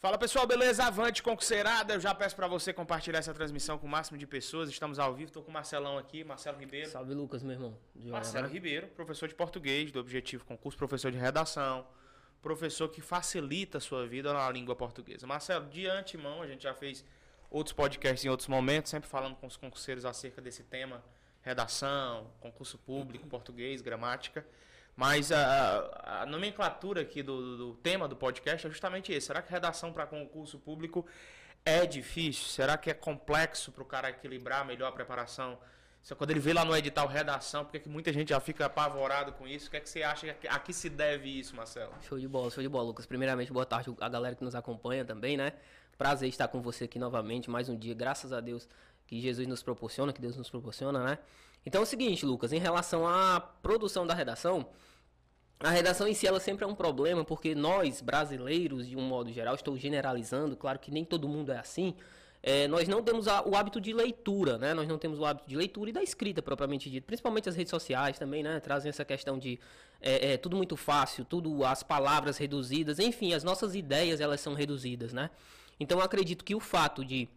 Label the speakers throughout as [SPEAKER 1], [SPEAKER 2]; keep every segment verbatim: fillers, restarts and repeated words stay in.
[SPEAKER 1] Fala pessoal, beleza? Avante, concurseirada. Eu já peço pra você compartilhar essa transmissão com o máximo de pessoas. Estamos ao vivo, tô com o Marcelão aqui, Marcelo Ribeiro.
[SPEAKER 2] Salve, Lucas, meu irmão. De
[SPEAKER 1] Marcelo
[SPEAKER 2] hora, né?
[SPEAKER 1] Ribeiro, professor de português do Objetivo Concurso, professor de redação, professor que facilita a sua vida na língua portuguesa. Marcelo, de antemão, a gente já fez outros podcasts em outros momentos, sempre falando com os concurseiros acerca desse tema, redação, concurso público, português, gramática. Mas a, a nomenclatura aqui do, do tema do podcast é justamente esse. Será que redação para concurso público é difícil? Será que é complexo para o cara equilibrar melhor a preparação? Quando ele vê lá no edital redação, por que que muita gente já fica apavorado com isso? O que é que você acha que a que se deve isso, Marcelo?
[SPEAKER 2] Show de bola, show de bola, Lucas. Primeiramente, boa tarde a galera que nos acompanha também, né? Prazer estar com você aqui novamente, mais um dia, graças a Deus, que Jesus nos proporciona, que Deus nos proporciona, né? Então é o seguinte, Lucas, em relação à produção da redação, a redação em si ela sempre é um problema, porque nós, brasileiros, de um modo geral, estou generalizando, claro que nem todo mundo é assim, é, nós não temos a, o hábito de leitura, né? Nós não temos o hábito de leitura e da escrita, propriamente dito. Principalmente as redes sociais também, né? Trazem essa questão de é, é, tudo muito fácil, tudo as palavras reduzidas, enfim, as nossas ideias elas são reduzidas, né? Então eu acredito que o fato de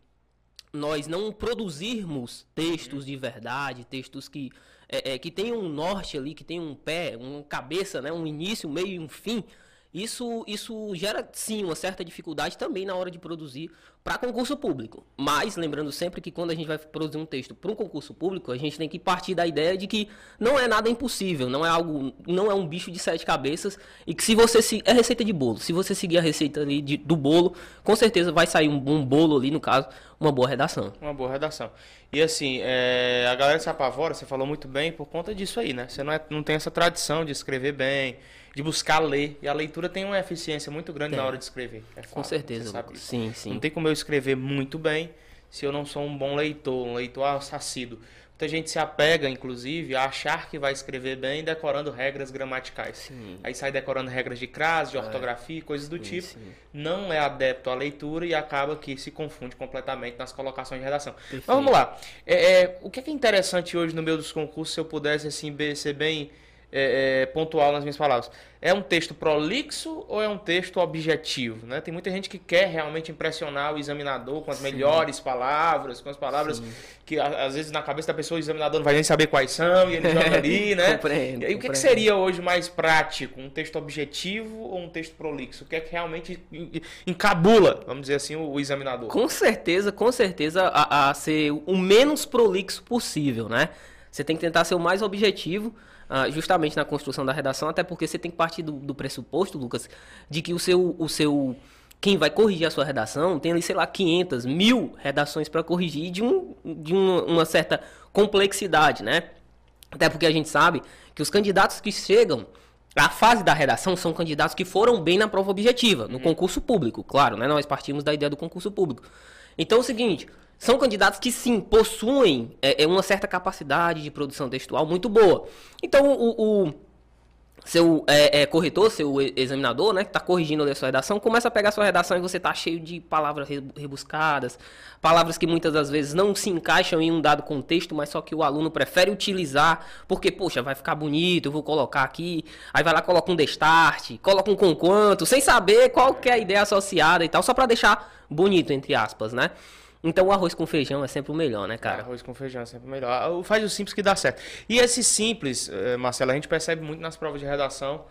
[SPEAKER 2] nós não produzirmos textos de verdade, textos que, é, é, que tenham um norte ali, que tenham um pé, uma cabeça, né, um início, um meio e um fim, isso, isso gera sim uma certa dificuldade também na hora de produzir para concurso público. Mas lembrando sempre que quando a gente vai produzir um texto para um concurso público, a gente tem que partir da ideia de que não é nada impossível, não é algo, não é um bicho de sete cabeças e que se você se é receita de bolo, se você seguir a receita ali de, do bolo, com certeza vai sair um, um bolo ali, no caso, uma boa redação.
[SPEAKER 1] Uma boa redação. E assim, é, a galera se apavora, você falou muito bem, por conta disso aí, né? Você não, é, não tem essa tradição de escrever bem, de buscar ler. E a leitura tem uma eficiência muito grande tem. na hora de escrever. É fato,
[SPEAKER 2] com certeza, Lucas. Sim, sim.
[SPEAKER 1] Não tem como eu escrever muito bem se eu não sou um bom leitor, um leitor assíduo. Muita gente se apega, inclusive, a achar que vai escrever bem decorando regras gramaticais. Sim. Aí sai decorando regras de crase, de ortografia, é. coisas do sim, tipo. Sim. Não é adepto à leitura e acaba que se confunde completamente nas colocações de redação. Perfeito. Mas vamos lá. É, é, o que é interessante hoje no meio dos concursos, se eu pudesse assim, ser bem é, é, pontual nas minhas palavras? É um texto prolixo ou é um texto objetivo? Né? Tem muita gente que quer realmente impressionar o examinador com as Sim. melhores palavras, com as palavras Sim. que às vezes na cabeça da pessoa o examinador não vai nem saber quais são e ele joga ali, né?
[SPEAKER 2] Compreendo,
[SPEAKER 1] e aí, o que, é que seria hoje mais prático? Um texto objetivo ou um texto prolixo? O que é que realmente encabula, vamos dizer assim, o, o examinador?
[SPEAKER 2] Com certeza, com certeza a, a ser o menos prolixo possível, né? Você tem que tentar ser o mais objetivo, uh, justamente na construção da redação, até porque você tem que partir do, do pressuposto, Lucas, de que o seu, o seu, quem vai corrigir a sua redação tem ali, sei lá, quinhentas, mil redações para corrigir de, um, de uma, uma certa complexidade, né? Até porque a gente sabe que os candidatos que chegam à fase da redação são candidatos que foram bem na prova objetiva, no uhum. concurso público, claro, né? Nós partimos da ideia do concurso público. Então é o seguinte, são candidatos que sim, possuem é, uma certa capacidade de produção textual muito boa. Então o, o seu é, é, corretor, seu examinador, né, que está corrigindo a sua redação, começa a pegar a sua redação e você está cheio de palavras rebuscadas, palavras que muitas das vezes não se encaixam em um dado contexto, mas só que o aluno prefere utilizar, porque, poxa, vai ficar bonito, eu vou colocar aqui, aí vai lá, coloca um destarte, coloca um conquanto, sem saber qual que é a ideia associada e tal, só para deixar bonito, entre aspas, né? Então o arroz com feijão é sempre o melhor, né, cara?
[SPEAKER 1] Arroz com feijão é sempre o melhor. Faz o simples que dá certo. E esse simples, Marcelo, a gente percebe muito nas provas de redação.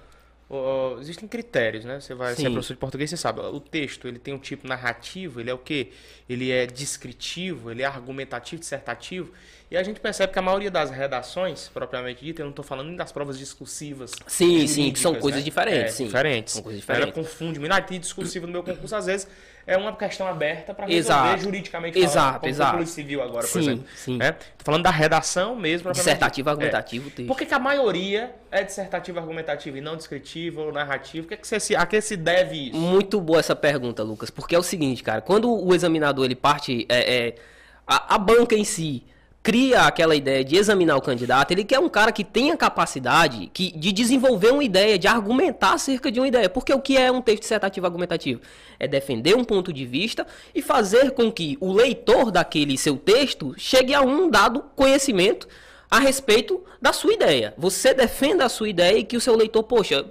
[SPEAKER 1] Uh, existem critérios, né? Você vai Sim. ser professor de português, você sabe. O texto, ele tem um tipo narrativo, ele é o quê? Ele é descritivo, ele é argumentativo, dissertativo. E a gente percebe que a maioria das redações, propriamente dita, eu não estou falando nem das provas discursivas.
[SPEAKER 2] Sim, sim, que são coisas né? diferentes.
[SPEAKER 1] É,
[SPEAKER 2] sim.
[SPEAKER 1] diferentes.
[SPEAKER 2] São coisas diferentes.
[SPEAKER 1] Ela confunde. Minartia discursiva no meu concurso, às vezes, é uma questão aberta para resolver
[SPEAKER 2] exato.
[SPEAKER 1] juridicamente
[SPEAKER 2] exato,
[SPEAKER 1] falando, como
[SPEAKER 2] exato.
[SPEAKER 1] o Polícia Civil agora, por
[SPEAKER 2] sim,
[SPEAKER 1] exemplo.
[SPEAKER 2] Sim,
[SPEAKER 1] é? Tô falando da redação mesmo.
[SPEAKER 2] Dissertativo, argumentativo,
[SPEAKER 1] é.
[SPEAKER 2] texto.
[SPEAKER 1] Por que, que a maioria é dissertativo, argumentativo e não descritivo ou narrativo? O que, é que você, a que se deve isso?
[SPEAKER 2] Muito boa essa pergunta, Lucas, porque é o seguinte, cara, quando o examinador ele parte, é, é, a, a banca em si cria aquela ideia de examinar o candidato, ele quer um cara que tenha capacidade que, de desenvolver uma ideia, de argumentar acerca de uma ideia. Porque o que é um texto dissertativo argumentativo? É defender um ponto de vista e fazer com que o leitor daquele seu texto chegue a um dado conhecimento a respeito da sua ideia. Você defenda a sua ideia e que o seu leitor, poxa, eu,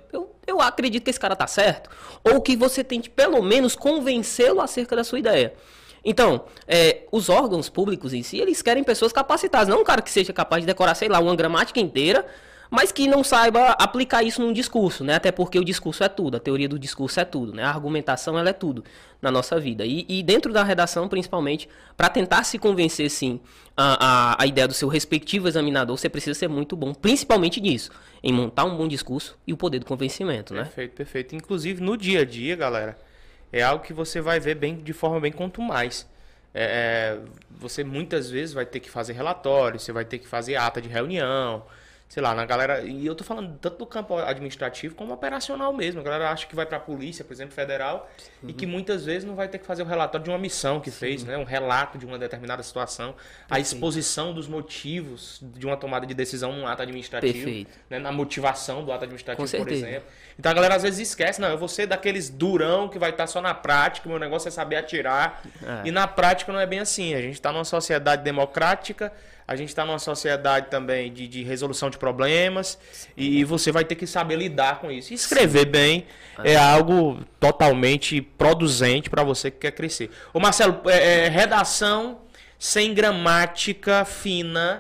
[SPEAKER 2] eu acredito que esse cara tá certo. Ou que você tente, pelo menos, convencê-lo acerca da sua ideia. Então, é, os órgãos públicos em si, eles querem pessoas capacitadas. Não um cara que seja capaz de decorar, sei lá, uma gramática inteira, mas que não saiba aplicar isso num discurso, né? Até porque o discurso é tudo, a teoria do discurso é tudo, né? A argumentação, ela é tudo na nossa vida. E, e dentro da redação, principalmente, para tentar se convencer, sim, a, a, a ideia do seu respectivo examinador, você precisa ser muito bom, principalmente nisso, em montar um bom discurso e o poder do convencimento, né?
[SPEAKER 1] Perfeito, perfeito. Inclusive, no dia a dia, galera, é algo que você vai ver bem, de forma bem contumaz. É, você muitas vezes vai ter que fazer relatório, você vai ter que fazer ata de reunião, sei lá, na galera, e eu tô falando tanto do campo administrativo como operacional mesmo. A galera acha que vai pra polícia, por exemplo, federal, uhum. e que muitas vezes não vai ter que fazer o relatório de uma missão que Sim. fez, né? Um relato de uma determinada situação, a exposição dos motivos de uma tomada de decisão num ato administrativo, né? Na motivação do ato administrativo, por exemplo. Então a galera às vezes esquece, não, eu vou ser daqueles durão que vai estar só na prática, o meu negócio é saber atirar, é. E na prática não é bem assim. A gente está numa sociedade democrática, a gente está numa sociedade também de, de resolução de problemas, e você vai ter que saber lidar com isso. E escrever Sim. bem é algo totalmente producente para você que quer crescer. Ô Marcelo, é, é, redação sem gramática fina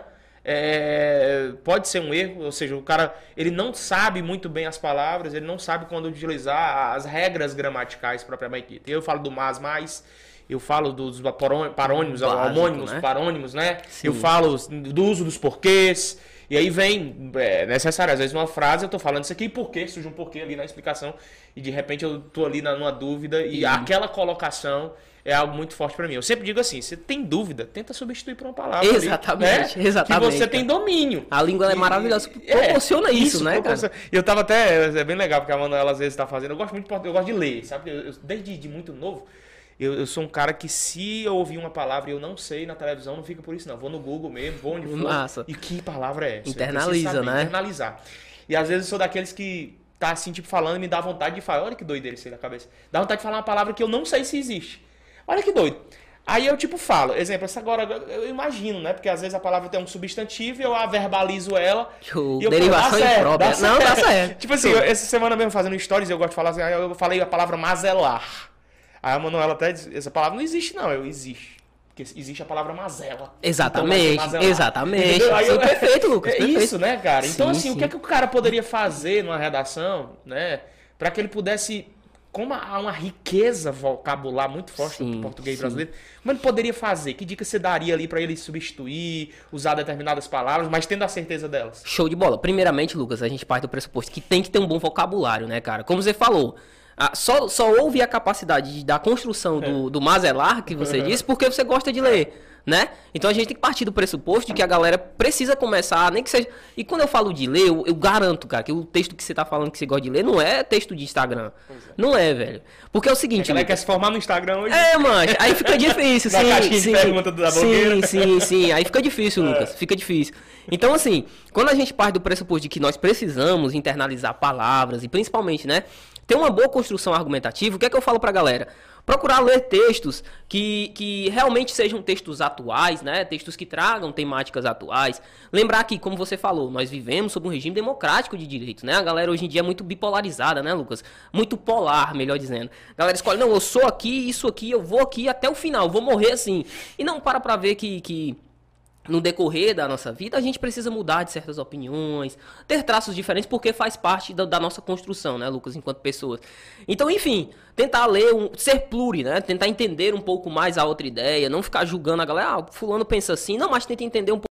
[SPEAKER 1] é, pode ser um erro, ou seja, o cara ele não sabe muito bem as palavras, ele não sabe quando utilizar as regras gramaticais propriamente ditas. Eu falo do mas, mais... Eu falo dos parônimos, Básico, homônimos, né? parônimos, né? Sim. Eu falo do uso dos porquês. E aí vem, é necessário, às vezes uma frase, eu tô falando isso aqui, e por quê? Surge um porquê ali na explicação. E de repente eu tô ali na, numa dúvida. E, e aquela colocação é algo muito forte para mim. Eu sempre digo assim, você tem dúvida, tenta substituir por uma palavra.
[SPEAKER 2] Exatamente,
[SPEAKER 1] ali, né?
[SPEAKER 2] exatamente.
[SPEAKER 1] Que você tem domínio.
[SPEAKER 2] A língua é maravilhosa, proporciona é, isso, isso, né, proporciona.
[SPEAKER 1] cara? E eu tava até, é bem legal, porque a Manuela às vezes tá fazendo, eu gosto muito, eu gosto de ler, sabe? Eu, eu, desde de muito novo, Eu, eu sou um cara que se eu ouvir uma palavra e eu não sei na televisão, não fica por isso não. Vou no Google mesmo, vou onde for.
[SPEAKER 2] Massa.
[SPEAKER 1] E que palavra é essa?
[SPEAKER 2] Internaliza, saber, né?
[SPEAKER 1] Internalizar. E às vezes eu sou daqueles que tá assim, tipo, falando e me dá vontade de falar. Olha que doideira isso aí na cabeça. Dá vontade de falar uma palavra que eu não sei se existe. Olha que doido. Aí eu, tipo, falo. Exemplo, essa agora eu imagino, né? Porque às vezes a palavra tem um substantivo e eu a verbalizo ela.
[SPEAKER 2] O
[SPEAKER 1] e eu
[SPEAKER 2] derivação
[SPEAKER 1] falo,
[SPEAKER 2] imprópria.
[SPEAKER 1] Dá
[SPEAKER 2] não, dá certo.
[SPEAKER 1] Tipo assim, eu, essa semana mesmo fazendo stories, eu gosto de falar assim, eu falei a palavra mazelar. Aí a Manuela até diz, essa palavra não existe não, eu existe. Porque existe a palavra mazela.
[SPEAKER 2] Exatamente, então, exatamente.
[SPEAKER 1] Aí eu,
[SPEAKER 2] perfeito, Lucas.
[SPEAKER 1] É
[SPEAKER 2] perfeito.
[SPEAKER 1] isso, né, cara? Então,
[SPEAKER 2] sim,
[SPEAKER 1] assim,
[SPEAKER 2] sim.
[SPEAKER 1] o que é que o cara poderia fazer numa redação, né? Pra que ele pudesse, como há uma riqueza vocabular muito forte
[SPEAKER 2] sim,
[SPEAKER 1] no português
[SPEAKER 2] sim.
[SPEAKER 1] brasileiro, como ele poderia fazer? Que dica você daria ali pra ele substituir, usar determinadas palavras, mas tendo a certeza delas?
[SPEAKER 2] Show de bola. Primeiramente, Lucas, a gente parte do pressuposto que tem que ter um bom vocabulário, né, cara? Como você falou, Ah, só, só houve a capacidade de, da construção do, do mazelar, que você disse, porque você gosta de ler, né? Então a gente tem que partir do pressuposto de que a galera precisa começar, nem que seja... E quando eu falo de ler, eu, eu garanto, cara, que o texto que você tá falando que você gosta de ler não é texto de Instagram. É. Não é, velho. Porque é o seguinte...
[SPEAKER 1] A galera quer se formar no Instagram hoje.
[SPEAKER 2] É, mancha. Aí fica difícil, sim.
[SPEAKER 1] caixinha
[SPEAKER 2] sim,
[SPEAKER 1] de pergunta da blogueira.
[SPEAKER 2] sim, sim, sim. Aí fica difícil, Lucas. Fica difícil. Então, assim, quando a gente parte do pressuposto de que nós precisamos internalizar palavras e principalmente, né, ter uma boa construção argumentativa, o que é que eu falo pra galera? Procurar ler textos que, que realmente sejam textos atuais, né? Textos que tragam temáticas atuais. Lembrar que, como você falou, nós vivemos sob um regime democrático de direitos, né? A galera hoje em dia é muito bipolarizada, né, Lucas? Muito polar, melhor dizendo. A galera escolhe, não, eu sou aqui, isso aqui, eu vou aqui até o final, vou morrer assim. E não para pra ver que... que no decorrer da nossa vida, a gente precisa mudar de certas opiniões, ter traços diferentes, porque faz parte da, da nossa construção, né, Lucas, enquanto pessoas. Então, enfim, tentar ler, um, ser pluri, né, tentar entender um pouco mais a outra ideia, não ficar julgando a galera, ah, fulano pensa assim, não, mas tenta entender um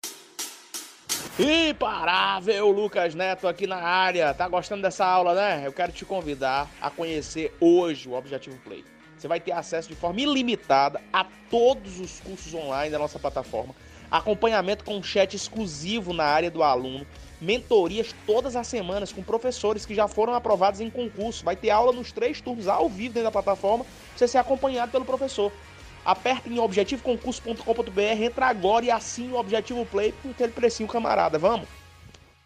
[SPEAKER 2] pouco.
[SPEAKER 1] Imparável, Lucas Neto aqui na área. Tá gostando dessa aula, né? Eu quero te convidar a conhecer hoje o Objetivo Play. Você vai ter acesso de forma ilimitada a todos os cursos online da nossa plataforma, acompanhamento com chat exclusivo na área do aluno, mentorias todas as semanas com professores que já foram aprovados em concurso. Vai ter aula nos três turnos ao vivo dentro da plataforma, pra você ser acompanhado pelo professor. Aperta em objetivo concurso ponto com ponto b r, entra agora e assine o Objetivo Play com aquele precinho camarada. Vamos?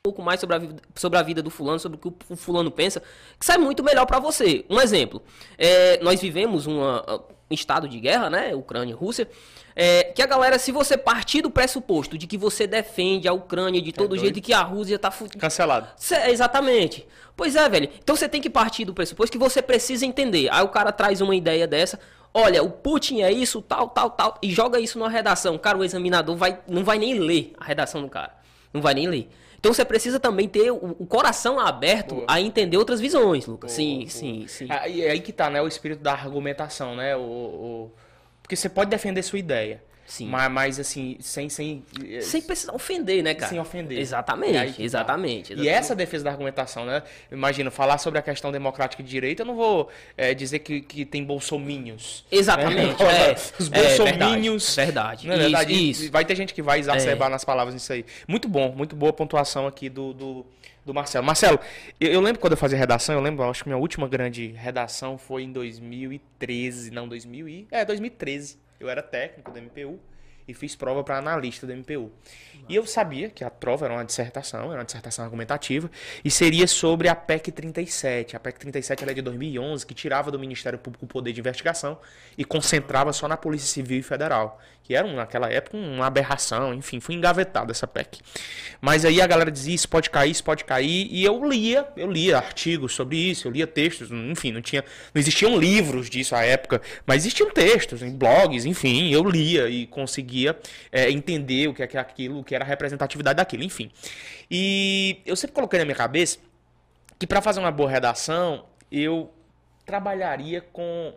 [SPEAKER 2] pouco mais sobre a, vida, sobre a vida do fulano, sobre o que o fulano pensa, que sai muito melhor para você. Um exemplo, é, nós vivemos uma, um estado de guerra, né, Ucrânia e Rússia, é, que a galera, se você partir do pressuposto de que você defende a Ucrânia de todo é jeito e que a Rússia tá... Fu...
[SPEAKER 1] Cancelado.
[SPEAKER 2] Cê, exatamente. Pois é, velho. Então você tem que partir do pressuposto que você precisa entender. Aí o cara traz uma ideia dessa, olha, o Putin é isso, tal, tal, tal, e joga isso numa redação. Cara, o examinador vai, não vai nem ler a redação do cara. Não vai nem ler. Então você precisa também ter o, o coração aberto Boa. a entender outras visões, Lucas. Boa, sim, boa. sim, sim.
[SPEAKER 1] É aí que tá, né, o espírito da argumentação, né? O, o... Porque você pode defender sua ideia. Sim. Mas, mas assim, sem, sem...
[SPEAKER 2] Sem precisar ofender, né, cara?
[SPEAKER 1] Sem ofender.
[SPEAKER 2] Exatamente, exatamente, exatamente.
[SPEAKER 1] E essa defesa da argumentação, né? Imagina, falar sobre a questão democrática de direita, eu não vou é, dizer que, que tem bolsominhos.
[SPEAKER 2] Exatamente,
[SPEAKER 1] né?
[SPEAKER 2] é.
[SPEAKER 1] Os bolsominhos.
[SPEAKER 2] É, verdade, verdade.
[SPEAKER 1] Não é verdade?
[SPEAKER 2] Isso, isso.
[SPEAKER 1] Vai ter gente que vai exacerbar é. nas palavras nisso aí. Muito bom, muito boa pontuação aqui do... do... do Marcelo. Marcelo, eu, eu lembro quando eu fazia redação, eu lembro, acho que minha última grande redação foi em dois mil e treze, não, dois mil e... É, dois mil e treze. Eu era técnico do M P U e fiz prova para analista do M P U. Nossa. E eu sabia que a prova era uma dissertação, era uma dissertação argumentativa, e seria sobre a P E C trinta e sete. A P E C trinta e sete ela é de dois mil e onze, que tirava do Ministério Público o poder de investigação e concentrava só na Polícia Civil e Federal, que era, naquela época, uma aberração, enfim, foi engavetada essa P E C. Mas aí a galera dizia, isso pode cair, isso pode cair, e eu lia, eu lia artigos sobre isso, eu lia textos, enfim, não tinha, não existiam livros disso à época, mas existiam textos, em blogs, enfim, eu lia e conseguia é, entender o que é aquilo, o que era a representatividade daquilo, enfim. E eu sempre coloquei na minha cabeça que para fazer uma boa redação, eu trabalharia com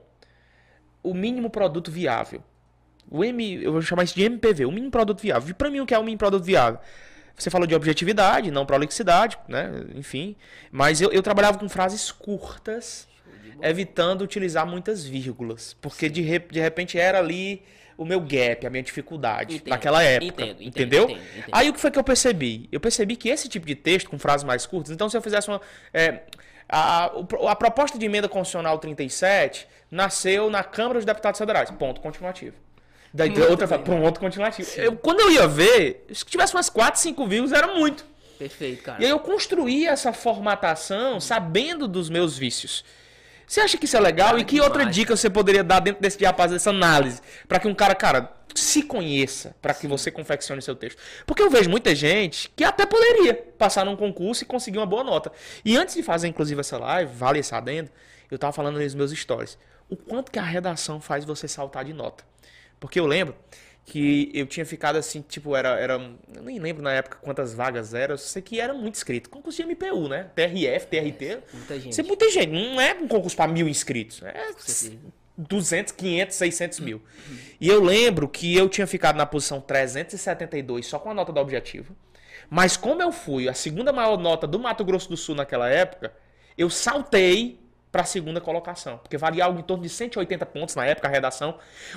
[SPEAKER 1] o mínimo produto viável. O M, eu vou chamar isso de M P V, o mínimo produto viável. E para mim, o que é o mínimo produto viável? Você falou de objetividade, não prolixidade, né? Enfim. Mas eu, eu trabalhava com frases curtas, evitando utilizar muitas vírgulas. Porque de, de repente era ali o meu gap, a minha dificuldade entendo, naquela época. Entendo, entendeu? Entendo, entendo, entendo. Aí o que foi que eu percebi? Eu percebi que esse tipo de texto, com frases mais curtas, então se eu fizesse uma... É, a, a, a proposta de emenda constitucional trinta e sete nasceu na Câmara dos Deputados Federais. Ponto continuativo. Daí muito outra fala, pronto, continuativo. Eu, quando eu ia ver, se tivesse umas quatro, cinco vírgulas, era muito.
[SPEAKER 2] Perfeito, cara.
[SPEAKER 1] E aí eu construí essa formatação sabendo dos meus vícios. Você acha que isso é legal? Cara, e que demais. Outra dica você poderia dar dentro desse diapasão, dessa análise? Para que um cara, cara, se conheça, para que você confeccione seu texto. Porque eu vejo muita gente que até poderia passar num concurso e conseguir uma boa nota. E antes de fazer, inclusive, essa live, vale esse adendo, eu tava falando nos meus stories. O quanto que a redação faz você saltar de nota. Porque eu lembro que eu tinha ficado assim, tipo, era, era... Eu nem lembro na época quantas vagas eram, eu sei que era muito inscrito. Concurso de M P U, né? T R F, T R T. É, muita gente. Isso é muita gente. Não é um concurso para mil inscritos. É duzentos, quinhentos, seiscentos mil. Uhum. E eu lembro que eu tinha ficado na posição trezentos e setenta e dois só com a nota da objetiva. Mas como eu fui a segunda maior nota do Mato Grosso do Sul naquela época, eu saltei para a segunda colocação, porque valia algo em torno de cento e oitenta pontos na época a redação,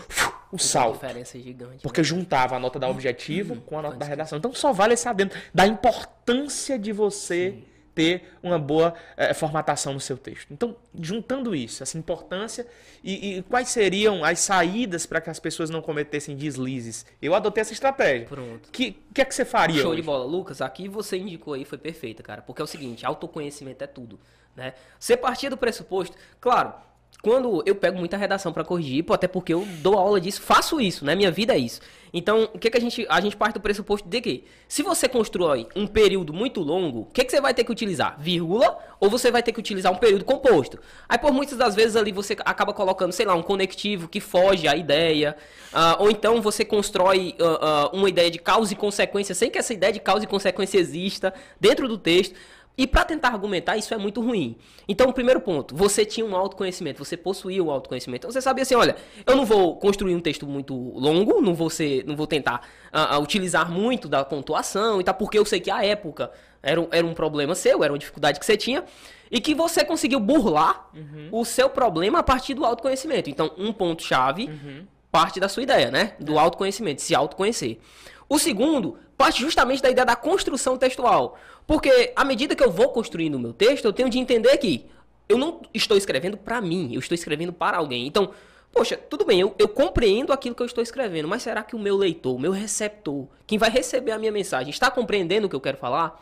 [SPEAKER 1] o salto,
[SPEAKER 2] diferença gigante,
[SPEAKER 1] porque né? Juntava a nota da objetiva uhum. com a nota da redação, então só vale esse adendo da importância de você Sim. ter uma boa é, formatação no seu texto. Então, juntando isso, essa importância e, e quais seriam as saídas para que as pessoas não cometessem deslizes, eu adotei essa estratégia.
[SPEAKER 2] Pronto.
[SPEAKER 1] Que que é que você faria?
[SPEAKER 2] Show
[SPEAKER 1] hoje?
[SPEAKER 2] de bola, Lucas. Aqui você indicou aí, foi perfeita, cara, porque é o seguinte, autoconhecimento é tudo. Né? Você partia do pressuposto, claro, quando eu pego muita redação para corrigir, pô, até porque eu dou aula disso, faço isso, né? Minha vida é isso. Então, o que que a gente, a gente parte do pressuposto de que se você constrói um período muito longo, o que que você vai ter que utilizar? Vírgula, ou você vai ter que utilizar um período composto? Aí, por muitas das vezes ali você acaba colocando, sei lá, um conectivo que foge à ideia, uh, ou então você constrói uh, uh, uma ideia de causa e consequência sem que essa ideia de causa e consequência exista dentro do texto. E para tentar argumentar, isso é muito ruim. Então, o primeiro ponto, você tinha um autoconhecimento, você possuía o autoconhecimento. Então, você sabia assim, olha, eu não vou construir um texto muito longo, não vou, ser, não vou tentar uh, uh, utilizar muito da pontuação e tal, porque eu sei que a época era, era um problema seu, era uma dificuldade que você tinha, e que você conseguiu burlar uhum. o seu problema a partir do autoconhecimento. Então, um ponto-chave uhum. parte da sua ideia, né? Do autoconhecimento, se autoconhecer. O segundo parte justamente da ideia da construção textual. Porque à medida que eu vou construindo o meu texto, eu tenho de entender que eu não estou escrevendo para mim, eu estou escrevendo para alguém. Então, poxa, tudo bem, eu, eu compreendo aquilo que eu estou escrevendo, mas será que o meu leitor, o meu receptor, quem vai receber a minha mensagem, está compreendendo o que eu quero falar?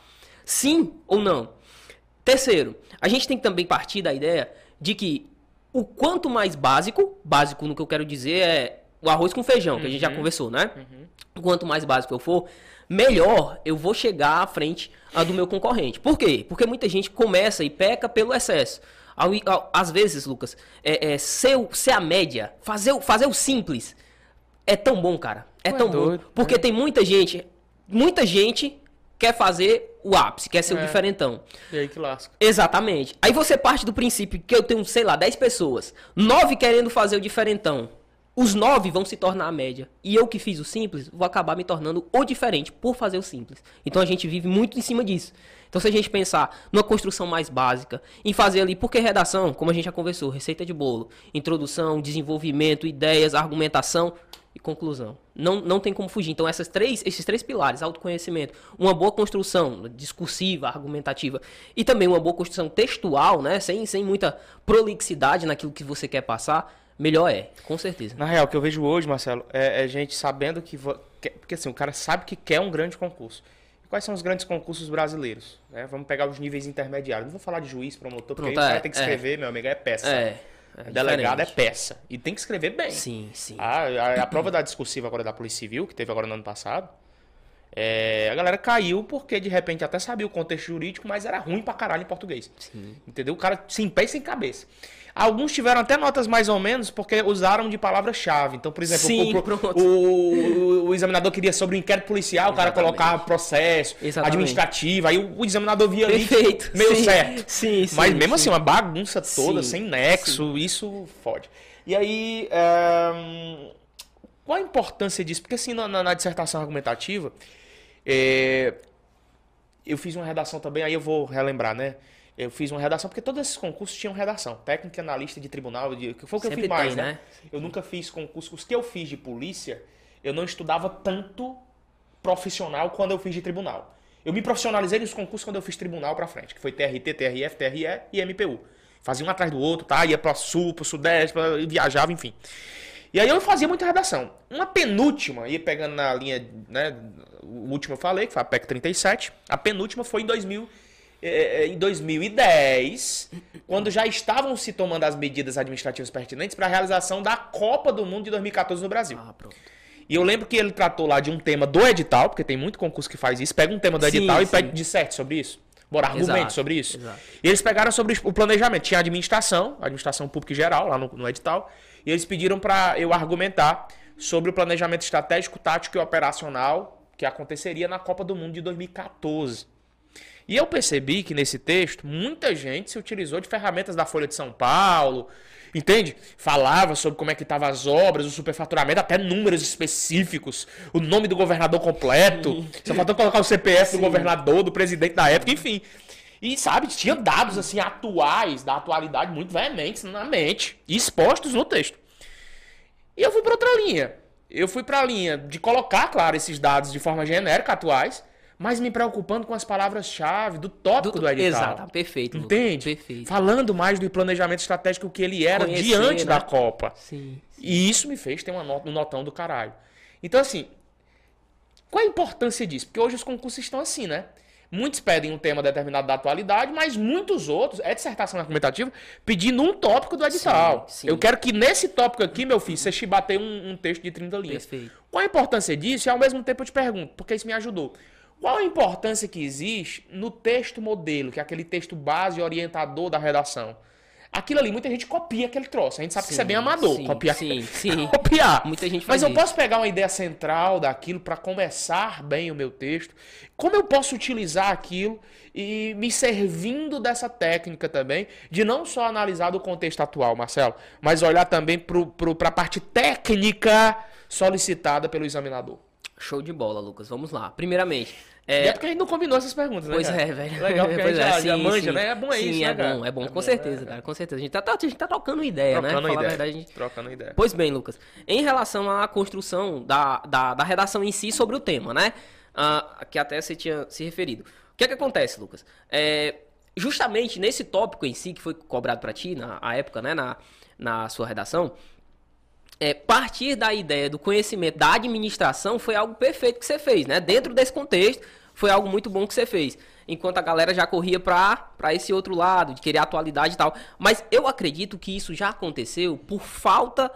[SPEAKER 2] Sim ou não? Terceiro, a gente tem que também partir da ideia de que o quanto mais básico, básico no que eu quero dizer é o arroz com feijão, que uhum. a gente já conversou, né? Uhum. Quanto mais básico eu for, melhor eu vou chegar à frente a do meu concorrente. Por quê? Porque muita gente começa e peca pelo excesso. Ao, ao, às vezes, Lucas, é, é, ser, ser a média, fazer, fazer o simples, é tão bom, cara. É Ué, tão doido, bom. Porque é. tem muita gente, muita gente quer fazer o ápice, quer ser é. o diferentão.
[SPEAKER 1] E aí que lasca.
[SPEAKER 2] Exatamente. Aí você parte do princípio que eu tenho, sei lá, dez pessoas, nove querendo fazer o diferentão. Os nove vão se tornar a média. E eu que fiz o simples, vou acabar me tornando o diferente por fazer o simples. Então a gente vive muito em cima disso. Então se a gente pensar numa construção mais básica, em fazer ali, porque redação, como a gente já conversou, receita de bolo, introdução, desenvolvimento, ideias, argumentação e conclusão. Não, não tem como fugir. Então essas três, esses três pilares, autoconhecimento, uma boa construção discursiva, argumentativa e também uma boa construção textual, né, sem, sem muita prolixidade naquilo que você quer passar, melhor é, com certeza.
[SPEAKER 1] Na real, o que eu vejo hoje, Marcelo, é, é gente sabendo que... que porque assim, o cara sabe que quer um grande concurso. E quais são os grandes concursos brasileiros? Né? Vamos pegar os níveis intermediários. Não vou falar de juiz, promotor, porque Pronto, aí o cara é, tem que escrever, é. meu amigo, é peça. É. É delegado é peça. E tem que escrever bem.
[SPEAKER 2] Sim, sim.
[SPEAKER 1] A, a, a prova da discursiva agora da Polícia Civil, que teve agora no ano passado, é, a galera caiu porque de repente até sabia o contexto jurídico, mas era ruim pra caralho em português. Sim. Entendeu? O cara sem pé e sem cabeça. Alguns tiveram até notas mais ou menos porque usaram de palavra-chave. Então, por exemplo, Sim, o, o, o, o examinador queria sobre o inquérito policial, Exatamente. o cara colocava processo Exatamente. administrativo, aí o, o examinador via
[SPEAKER 2] Perfeito.
[SPEAKER 1] ali meio
[SPEAKER 2] sim.
[SPEAKER 1] certo.
[SPEAKER 2] Sim, sim,
[SPEAKER 1] Mas mesmo
[SPEAKER 2] sim.
[SPEAKER 1] assim, uma bagunça toda,
[SPEAKER 2] Sim.
[SPEAKER 1] sem nexo, sim. isso fode. E aí, é... qual a importância disso? Porque assim, na, na dissertação argumentativa, é... eu fiz uma redação também, aí eu vou relembrar, né? Eu fiz uma redação, porque todos esses concursos tinham redação. Técnico e analista de tribunal, de, que foi o que Sempre eu fiz mais, tem, né? né? Eu nunca fiz concursos. Os que eu fiz de polícia, eu não estudava tanto profissional quando eu fiz de tribunal. Eu me profissionalizei nos concursos quando eu fiz tribunal pra frente, que foi T R T, T R F, T R E e M P U. Fazia um atrás do outro, tá? Ia pra sul, pro sudeste, pra... viajava, enfim. E aí eu fazia muita redação. Uma penúltima, ia pegando na linha, né? O último eu falei, que foi a P E C trinta e sete. A penúltima foi em dois mil Em dois mil e dez, quando já estavam se tomando as medidas administrativas pertinentes para a realização da Copa do Mundo de dois mil e quatorze no Brasil. Ah, pronto. E eu lembro que ele tratou lá de um tema do edital, porque tem muito concurso que faz isso, pega um tema do sim, edital sim. e pede disserte sobre isso. Bora, argumente sobre isso. Exato. E eles pegaram sobre o planejamento. Tinha a administração, a administração pública em geral, lá no, no edital, e eles pediram para eu argumentar sobre o planejamento estratégico, tático e operacional que aconteceria na Copa do Mundo de dois mil e quatorze. E eu percebi que nesse texto, muita gente se utilizou de ferramentas da Folha de São Paulo, entende? Falava sobre como é que estavam as obras, o superfaturamento, até números específicos, o nome do governador completo, sim. Só faltou colocar o C P F sim. do governador, do presidente da época, enfim. E, sabe, tinha dados assim atuais, da atualidade, muito veementes na mente, e expostos no texto. E eu fui para outra linha. Eu fui para a linha de colocar, claro, esses dados de forma genérica, atuais, mas me preocupando com as palavras-chave do tópico do, do edital.
[SPEAKER 2] Exato, perfeito.
[SPEAKER 1] Entende?
[SPEAKER 2] Perfeito.
[SPEAKER 1] Falando mais do planejamento estratégico que ele era Conhecer, diante né? da Copa.
[SPEAKER 2] Sim, sim.
[SPEAKER 1] E isso me fez ter uma not- um notão do caralho. Então, assim, qual a importância disso? Porque hoje os concursos estão assim, né? Muitos pedem um tema determinado da atualidade, mas muitos outros, é dissertação argumentativa, pedindo um tópico do edital. Sim, sim. Eu quero que nesse tópico aqui, meu filho, você chibateie um, um texto de trinta linhas.
[SPEAKER 2] Perfeito.
[SPEAKER 1] Qual a importância disso? E ao mesmo tempo eu te pergunto, porque isso me ajudou. Qual a importância que existe no texto modelo, que é aquele texto base orientador da redação? Aquilo ali, muita gente copia aquele troço. A gente sabe sim, que isso é bem amador,
[SPEAKER 2] sim,
[SPEAKER 1] copiar.
[SPEAKER 2] Sim, sim.
[SPEAKER 1] Copiar.
[SPEAKER 2] Muita gente faz
[SPEAKER 1] Mas eu
[SPEAKER 2] isso.
[SPEAKER 1] posso pegar uma ideia central daquilo para começar bem o meu texto. Como eu posso utilizar aquilo e me servindo dessa técnica também, de não só analisar do contexto atual, Marcelo, mas olhar também para a parte técnica solicitada pelo examinador.
[SPEAKER 2] Show de bola, Lucas. Vamos lá. Primeiramente...
[SPEAKER 1] É... é porque a gente não combinou essas perguntas, né?
[SPEAKER 2] Pois
[SPEAKER 1] cara?
[SPEAKER 2] é, velho.
[SPEAKER 1] Legal, porque
[SPEAKER 2] pois
[SPEAKER 1] a gente
[SPEAKER 2] é,
[SPEAKER 1] já,
[SPEAKER 2] sim,
[SPEAKER 1] já manja,
[SPEAKER 2] sim.
[SPEAKER 1] né? É bom é
[SPEAKER 2] sim,
[SPEAKER 1] isso,
[SPEAKER 2] é
[SPEAKER 1] né, cara?
[SPEAKER 2] bom, é bom,
[SPEAKER 1] é
[SPEAKER 2] com
[SPEAKER 1] bom,
[SPEAKER 2] certeza,
[SPEAKER 1] é...
[SPEAKER 2] cara, com certeza. A gente tá, a gente tá trocando ideia,
[SPEAKER 1] trocando
[SPEAKER 2] né? Falar
[SPEAKER 1] ideia.
[SPEAKER 2] a verdade, a gente...
[SPEAKER 1] Trocando ideia.
[SPEAKER 2] Pois bem, Lucas. Em relação à construção da, da, da redação em si sobre o tema, né? Ah, que até você tinha se referido. O que é que acontece, Lucas? É, justamente nesse tópico em si, que foi cobrado pra ti, na a época, né? Na, na sua redação... É, partir da ideia do conhecimento da administração foi algo perfeito que você fez, né? Dentro desse contexto, foi algo muito bom que você fez. enquanto a galera já corria pra, pra esse outro lado, de querer atualidade e tal. Mas eu acredito que isso já aconteceu por falta,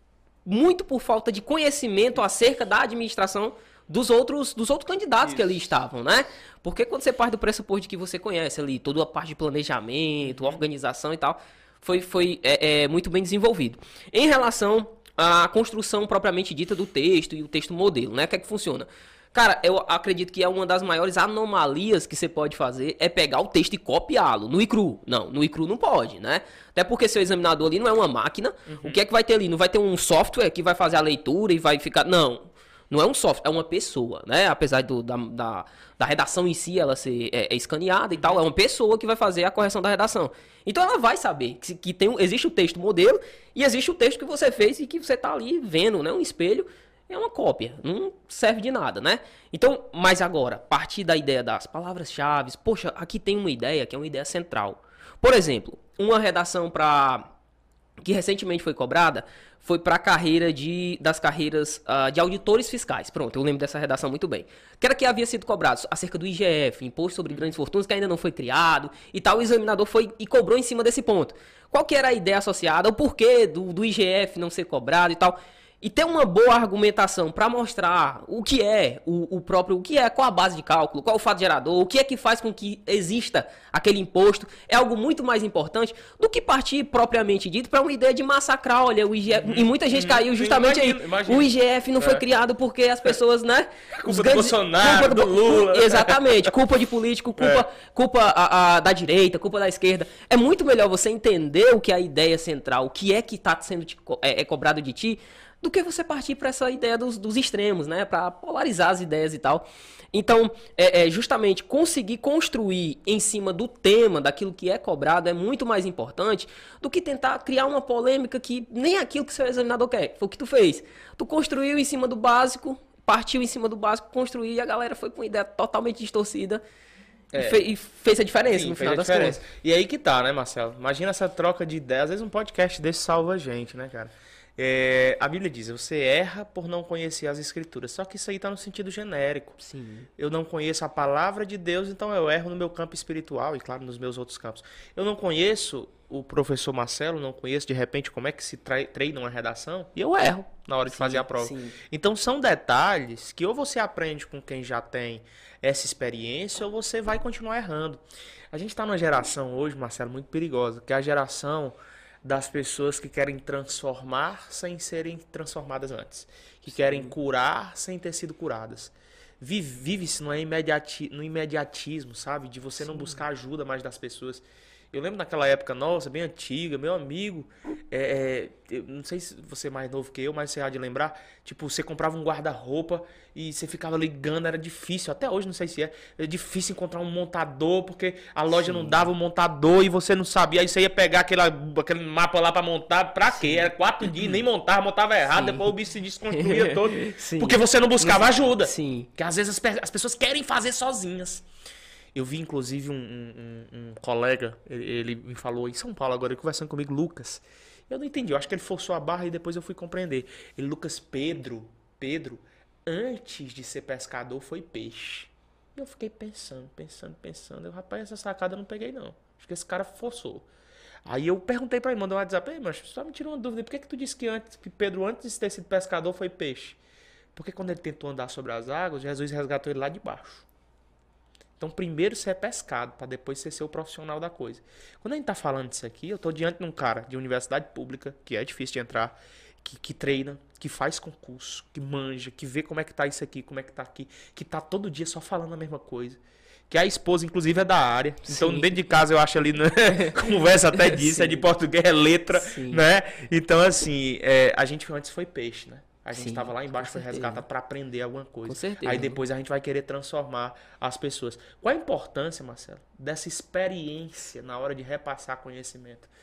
[SPEAKER 2] muito por falta de conhecimento acerca da administração dos outros, dos outros candidatos isso. que ali estavam, né? Porque quando você parte do pressuposto de que você conhece ali toda a parte de planejamento, organização e tal, foi, foi é, é, muito bem desenvolvido. Em relação à construção propriamente dita do texto e o texto modelo, né? O que é que funciona? Cara, eu acredito que é uma das maiores anomalias que você pode fazer é pegar o texto e copiá-lo no I C R U. Não, no I C R U não pode, né? Até porque seu examinador ali não é uma máquina. Uhum. O que é que vai ter ali? Não vai ter um software que vai fazer a leitura e vai ficar... Não, não é um software, é uma pessoa, né? Apesar do, da, da, da redação em si, ela ser é, é escaneada e tal, é uma pessoa que vai fazer a correção da redação. Então ela vai saber que, que tem um, existe o texto modelo e existe o texto que você fez e que você tá ali vendo, né? Um espelho. É uma cópia, não serve de nada, né? Então, mas agora, partir da ideia das palavras-chave, poxa, aqui tem uma ideia que é uma ideia central. Por exemplo, uma redação para que recentemente foi cobrada foi para a carreira de das carreiras uh, de auditores fiscais. Pronto, eu lembro dessa redação muito bem. Que era que havia sido cobrado acerca do I G F, Imposto sobre Grandes Fortunas, que ainda não foi criado e tal. O examinador foi e cobrou em cima desse ponto. Qual que era a ideia associada, o porquê do, do I G F não ser cobrado e tal? E ter uma boa argumentação para mostrar o que é o, o próprio, o que é, qual a base de cálculo, qual o fato gerador, o que é que faz com que exista aquele imposto, é algo muito mais importante do que partir propriamente dito para uma ideia de massacrar, olha, o I G F, uhum, e muita gente uhum, caiu justamente imagino, aí, imagino. O I G F não é. foi criado porque as pessoas, né?
[SPEAKER 1] Culpa os grandes, do Bolsonaro, culpa do, do Lula.
[SPEAKER 2] Exatamente, culpa de político, culpa, é. culpa a, a, da direita, culpa da esquerda. É muito melhor você entender o que é a ideia central, o que é que está sendo te, é, é cobrado de ti, do que você partir para essa ideia dos, dos extremos, né? Para polarizar as ideias e tal. Então, é, é, justamente conseguir construir em cima do tema, daquilo que é cobrado, é muito mais importante do que tentar criar uma polêmica que nem aquilo que seu examinador quer. Foi o que tu fez. Tu construiu em cima do básico, partiu em cima do básico, construiu e a galera foi com uma ideia totalmente distorcida. É. E, fe, e fez a diferença Sim, no final das contas.
[SPEAKER 1] E aí que tá, né, Marcelo? Imagina essa troca de ideias. Às vezes um podcast desse salva a gente, né, cara? É, a Bíblia diz, você erra por não conhecer as Escrituras. Só que isso aí está no sentido genérico.
[SPEAKER 2] Sim.
[SPEAKER 1] Eu não conheço a palavra de Deus, então eu erro no meu campo espiritual e, claro, nos meus outros campos. Eu não conheço o professor Marcelo, não conheço, de repente, como é que se treina uma redação, e eu erro na hora de sim, fazer a prova. Sim. Então, são detalhes que ou você aprende com quem já tem essa experiência ou você vai continuar errando. A gente está numa geração hoje, Marcelo, muito perigosa, que é a geração das pessoas que querem transformar sem serem transformadas antes. Que Sim. querem curar sem ter sido curadas. Vive-se no, imediati no imediatismo, sabe? De você Sim. não buscar ajuda mais das pessoas. Eu lembro naquela época, nossa, bem antiga, meu amigo, é, é, eu não sei se você é mais novo que eu, mas você há de lembrar, tipo, você comprava um guarda-roupa e você ficava ligando, era difícil, até hoje não sei se é, é difícil encontrar um montador, porque a loja Sim. não dava o um montador e você não sabia, aí você ia pegar aquela, aquele mapa lá pra montar, pra Sim. quê? Era quatro dias, nem montava, montava errado, Sim. depois o bicho se desconstruía todo, Sim. porque você não buscava ajuda,
[SPEAKER 2] Sim.
[SPEAKER 1] porque às vezes as, as pessoas querem fazer sozinhas. Eu vi, inclusive, um, um, um colega, ele, ele me falou em São Paulo agora, ele conversando comigo, Lucas. Eu não entendi, eu acho que ele forçou a barra e depois eu fui compreender. Ele, Lucas, Pedro, Pedro, antes de ser pescador, foi peixe. E eu fiquei pensando, pensando, pensando. Eu, rapaz, essa sacada eu não peguei, não. Acho que esse cara forçou. Aí eu perguntei pra ele, mandou um WhatsApp, ei, mas só me tirou uma dúvida, por que que tu disse que, antes, que Pedro, antes de ter sido pescador, foi peixe? Porque quando ele tentou andar sobre as águas, Jesus resgatou ele lá de baixo. Então, primeiro você é pescado, para depois você ser o profissional da coisa. Quando a gente tá falando disso aqui, eu tô diante de um cara de universidade pública, que é difícil de entrar, que, que treina, que faz concurso, que manja, que vê como é que tá isso aqui, como é que tá aqui, que tá todo dia só falando a mesma coisa. Que a esposa, inclusive, é da área. Sim. Então, dentro de casa, eu acho ali, né? Conversa até disso, é de português, é letra, Sim. né? Então, assim, é, a gente antes foi peixe, né? A gente estava lá embaixo, foi resgatado para aprender alguma coisa.
[SPEAKER 2] Com certeza.
[SPEAKER 1] Aí depois a gente vai querer transformar as pessoas. Qual a importância, Marcelo, dessa experiência na hora de repassar conhecimento?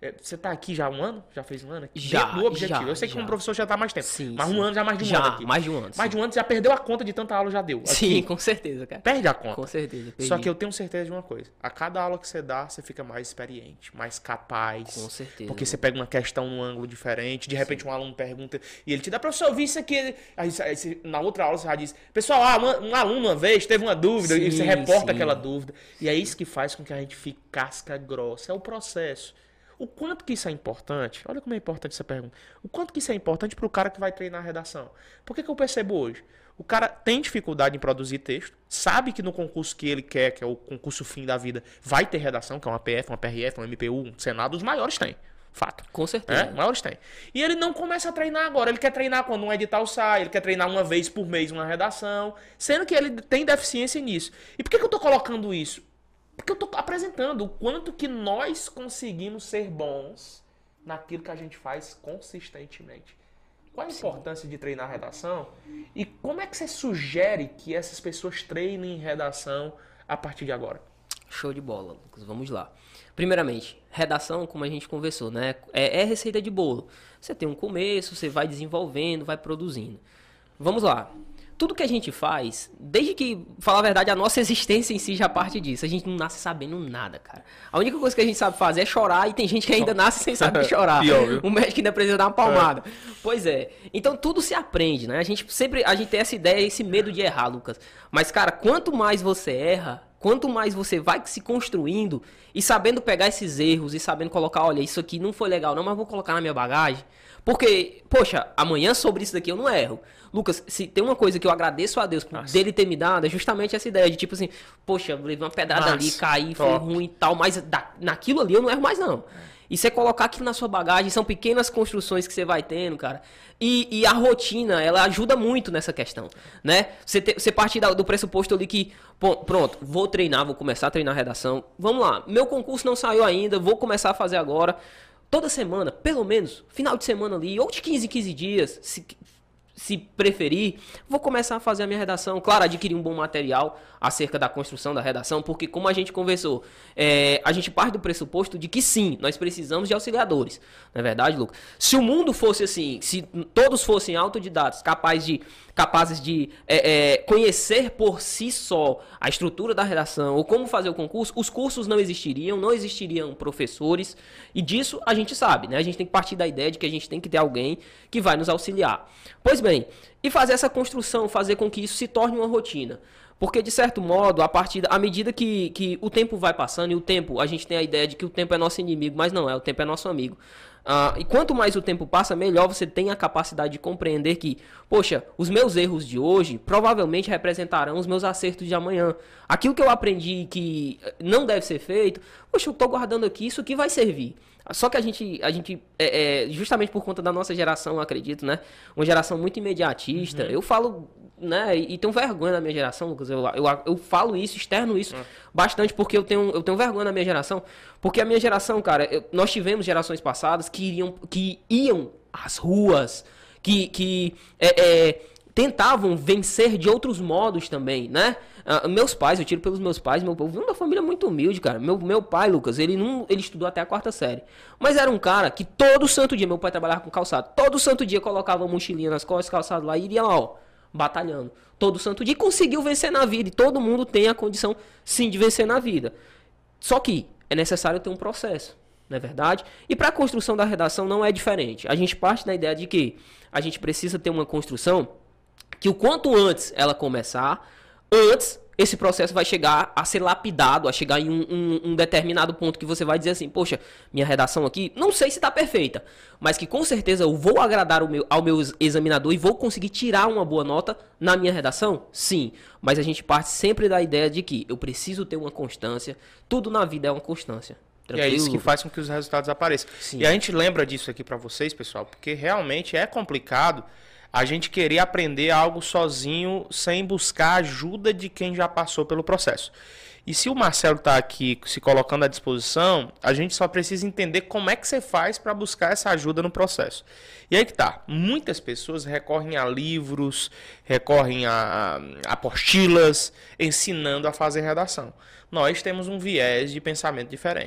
[SPEAKER 1] Você tá aqui já há um ano? Já fez um ano aqui?
[SPEAKER 2] Já,
[SPEAKER 1] do objetivo.
[SPEAKER 2] já,
[SPEAKER 1] Eu sei que
[SPEAKER 2] já.
[SPEAKER 1] como professor já tá há mais tempo.
[SPEAKER 2] Sim,
[SPEAKER 1] mas
[SPEAKER 2] sim.
[SPEAKER 1] um ano já mais de um
[SPEAKER 2] já,
[SPEAKER 1] ano aqui.
[SPEAKER 2] mais de um ano.
[SPEAKER 1] Mais
[SPEAKER 2] sim.
[SPEAKER 1] de um ano, você já perdeu a conta de tanta aula já deu. Aqui,
[SPEAKER 2] Sim, com certeza, cara.
[SPEAKER 1] Perde a conta.
[SPEAKER 2] Com certeza. Perdi.
[SPEAKER 1] Só que eu tenho certeza de uma coisa. A cada aula que você dá, você fica mais experiente, mais capaz.
[SPEAKER 2] Com certeza.
[SPEAKER 1] Porque você pega uma questão num ângulo diferente. De repente, sim. um aluno pergunta e ele te dá, professor, eu vi isso aqui. Aí, aí, na outra aula, você já diz, pessoal, ah, um, um aluno uma vez teve uma dúvida. Sim, e você reporta sim. aquela dúvida. E é isso que faz com que a gente fique casca grossa. É o processo. O quanto que isso é importante? Olha como é importante essa pergunta. O quanto que isso é importante para o cara que vai treinar a redação? Por que que eu percebo hoje? O cara tem dificuldade em produzir texto, sabe que no concurso que ele quer, que é o concurso fim da vida, vai ter redação, que é uma P F, uma P R F, um M P U, um Senado, os maiores têm. Fato.
[SPEAKER 2] Com certeza.
[SPEAKER 1] É, os maiores têm. E ele não começa a treinar agora. Ele quer treinar quando um edital sai, ele quer treinar uma vez por mês uma redação, sendo que ele tem deficiência nisso. E por que que eu estou colocando isso? Porque eu estou apresentando o quanto que nós conseguimos ser bons naquilo que a gente faz consistentemente. Qual a importância Sim. de treinar redação? E como é que você sugere que essas pessoas treinem redação a partir de agora?
[SPEAKER 2] Show de bola, Lucas. Vamos lá. Primeiramente, redação, como a gente conversou, né? É, é receita de bolo. Você tem um começo, você vai desenvolvendo, vai produzindo. Vamos lá. Tudo que a gente faz, desde que, falar a verdade, a nossa existência em si já parte disso. A gente não nasce sabendo nada, cara. A única coisa que a gente sabe fazer é chorar e tem gente que ainda nasce sem saber chorar.
[SPEAKER 1] Pior, viu?
[SPEAKER 2] O médico ainda precisa dar uma palmada. É. Pois é. Então tudo se aprende, né? A gente sempre, a gente tem essa ideia, esse medo de errar, Lucas. Mas, cara, quanto mais você erra, quanto mais você vai se construindo e sabendo pegar esses erros e sabendo colocar, olha, isso aqui não foi legal não, mas vou colocar na minha bagagem. Porque, poxa, amanhã sobre isso daqui eu não erro. Lucas, se tem uma coisa que eu agradeço a Deus por Nossa. dele ter me dado, é justamente essa ideia de tipo assim, poxa, levei uma pedrada Nossa. ali, caí, foi Top. ruim e tal, mas da, naquilo ali eu não erro mais não. E você colocar aquilo na sua bagagem, são pequenas construções que você vai tendo, cara. E, e a rotina, ela ajuda muito nessa questão, né? Você, te, você parte da, do pressuposto ali que, pô, pronto, vou treinar, vou começar a treinar a redação. Vamos lá, meu concurso não saiu ainda, vou começar a fazer agora. Toda semana, pelo menos, final de semana ali, ou de quinze em quinze dias, se, se preferir, vou começar a fazer a minha redação. Claro, adquirir um bom material acerca da construção da redação, porque como a gente conversou, é, a gente parte do pressuposto de que sim, nós precisamos de auxiliadores. Não é verdade, Lucas? Se o mundo fosse assim, se todos fossem autodidatos, capazes de, capazes de é, é, conhecer por si só a estrutura da redação ou como fazer o concurso, os cursos não existiriam, não existiriam professores, e disso a gente sabe, né? A gente tem que partir da ideia de que a gente tem que ter alguém que vai nos auxiliar. Pois bem, e fazer essa construção, fazer com que isso se torne uma rotina. Porque, de certo modo, a partir, à medida que, que o tempo vai passando, e o tempo, a gente tem a ideia de que o tempo é nosso inimigo, mas não é, o tempo é nosso amigo. Uh, e quanto mais o tempo passa, melhor você tem a capacidade de compreender que, poxa, os meus erros de hoje provavelmente representarão os meus acertos de amanhã. Aquilo que eu aprendi que não deve ser feito, poxa, eu estou guardando aqui, isso aqui vai servir. Só que a gente, a gente é, é, justamente por conta da nossa geração, eu acredito, né? Uma geração muito imediatista. Uhum. Eu falo, né? E, e tenho vergonha da minha geração, Lucas. Eu, eu, eu falo isso, externo isso uhum. bastante porque eu tenho, eu tenho vergonha da minha geração. Porque a minha geração, cara, eu, nós tivemos gerações passadas que, iriam, que iam às ruas, que, que é, é, tentavam vencer de outros modos também, né? Uh, meus pais, eu tiro pelos meus pais, meu, eu vim de uma família muito humilde, cara. Meu, meu pai, Lucas, ele não, ele estudou até a quarta série. Mas era um cara que todo santo dia, meu pai trabalhava com calçado, todo santo dia colocava uma mochilinha nas costas, calçado lá e iria lá, ó, batalhando. Todo santo dia e conseguiu vencer na vida. E todo mundo tem a condição, sim, de vencer na vida. Só que é necessário ter um processo, não é verdade? E para a construção da redação não é diferente. A gente parte da ideia de que a gente precisa ter uma construção que o quanto antes ela começar, antes esse processo vai chegar a ser lapidado, a chegar em um, um, um determinado ponto que você vai dizer assim, poxa, minha redação aqui, não sei se está perfeita, mas que com certeza eu vou agradar o meu, ao meu examinador e vou conseguir tirar uma boa nota na minha redação? Sim, mas a gente parte sempre da ideia de que eu preciso ter uma constância, tudo na vida é uma constância.
[SPEAKER 1] Tranquilo? E é isso que faz com que os resultados apareçam. Sim. E a gente lembra disso aqui para vocês, pessoal, porque realmente é complicado a gente querer aprender algo sozinho sem buscar a ajuda de quem já passou pelo processo. E se o Marcelo está aqui se colocando à disposição, a gente só precisa entender como é que você faz para buscar essa ajuda no processo. E aí que tá, muitas pessoas recorrem a livros, recorrem a, a apostilas, ensinando a fazer redação. Nós temos um viés de pensamento diferente.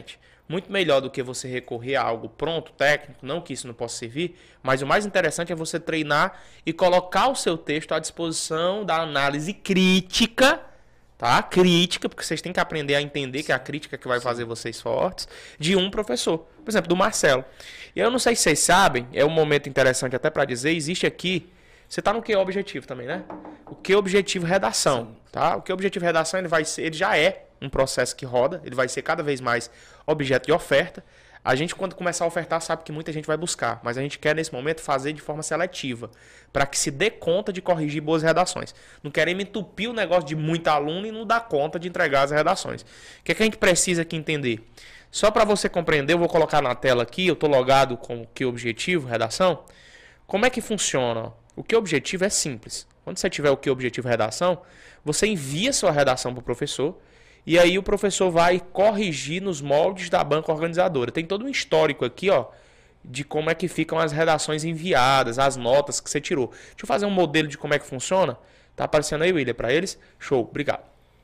[SPEAKER 1] muito melhor do que você recorrer a algo pronto, técnico, não que isso não possa servir, mas o mais interessante é você treinar e colocar o seu texto à disposição da análise crítica, tá? Crítica, porque vocês têm que aprender a entender que é a crítica que vai fazer vocês fortes, de um professor, por exemplo, do Marcelo. E eu não sei se vocês sabem, é um momento interessante até para dizer, existe aqui, você está no que objetivo também, né? O que objetivo redação, tá? O que objetivo redação, ele vai ser, ele já é um processo que roda, ele vai ser cada vez mais objeto de oferta. A gente, quando começar a ofertar, sabe que muita gente vai buscar, mas a gente quer, nesse momento, fazer de forma seletiva, para que se dê conta de corrigir boas redações. Não queremos entupir o negócio de muito aluno e não dar conta de entregar as redações. O que é que a gente precisa aqui entender? Só para você compreender, eu vou colocar na tela aqui, eu estou logado com o que objetivo, redação. Como é que funciona? O que objetivo é simples. Quando você tiver o que objetivo, redação, você envia sua redação para o professor, e aí o professor vai corrigir nos moldes da banca organizadora. Tem todo um histórico aqui, ó, de como é que ficam as redações enviadas, as notas que você tirou. Deixa eu fazer um modelo de como é que funciona. Tá aparecendo aí, William, para eles? Show, obrigado.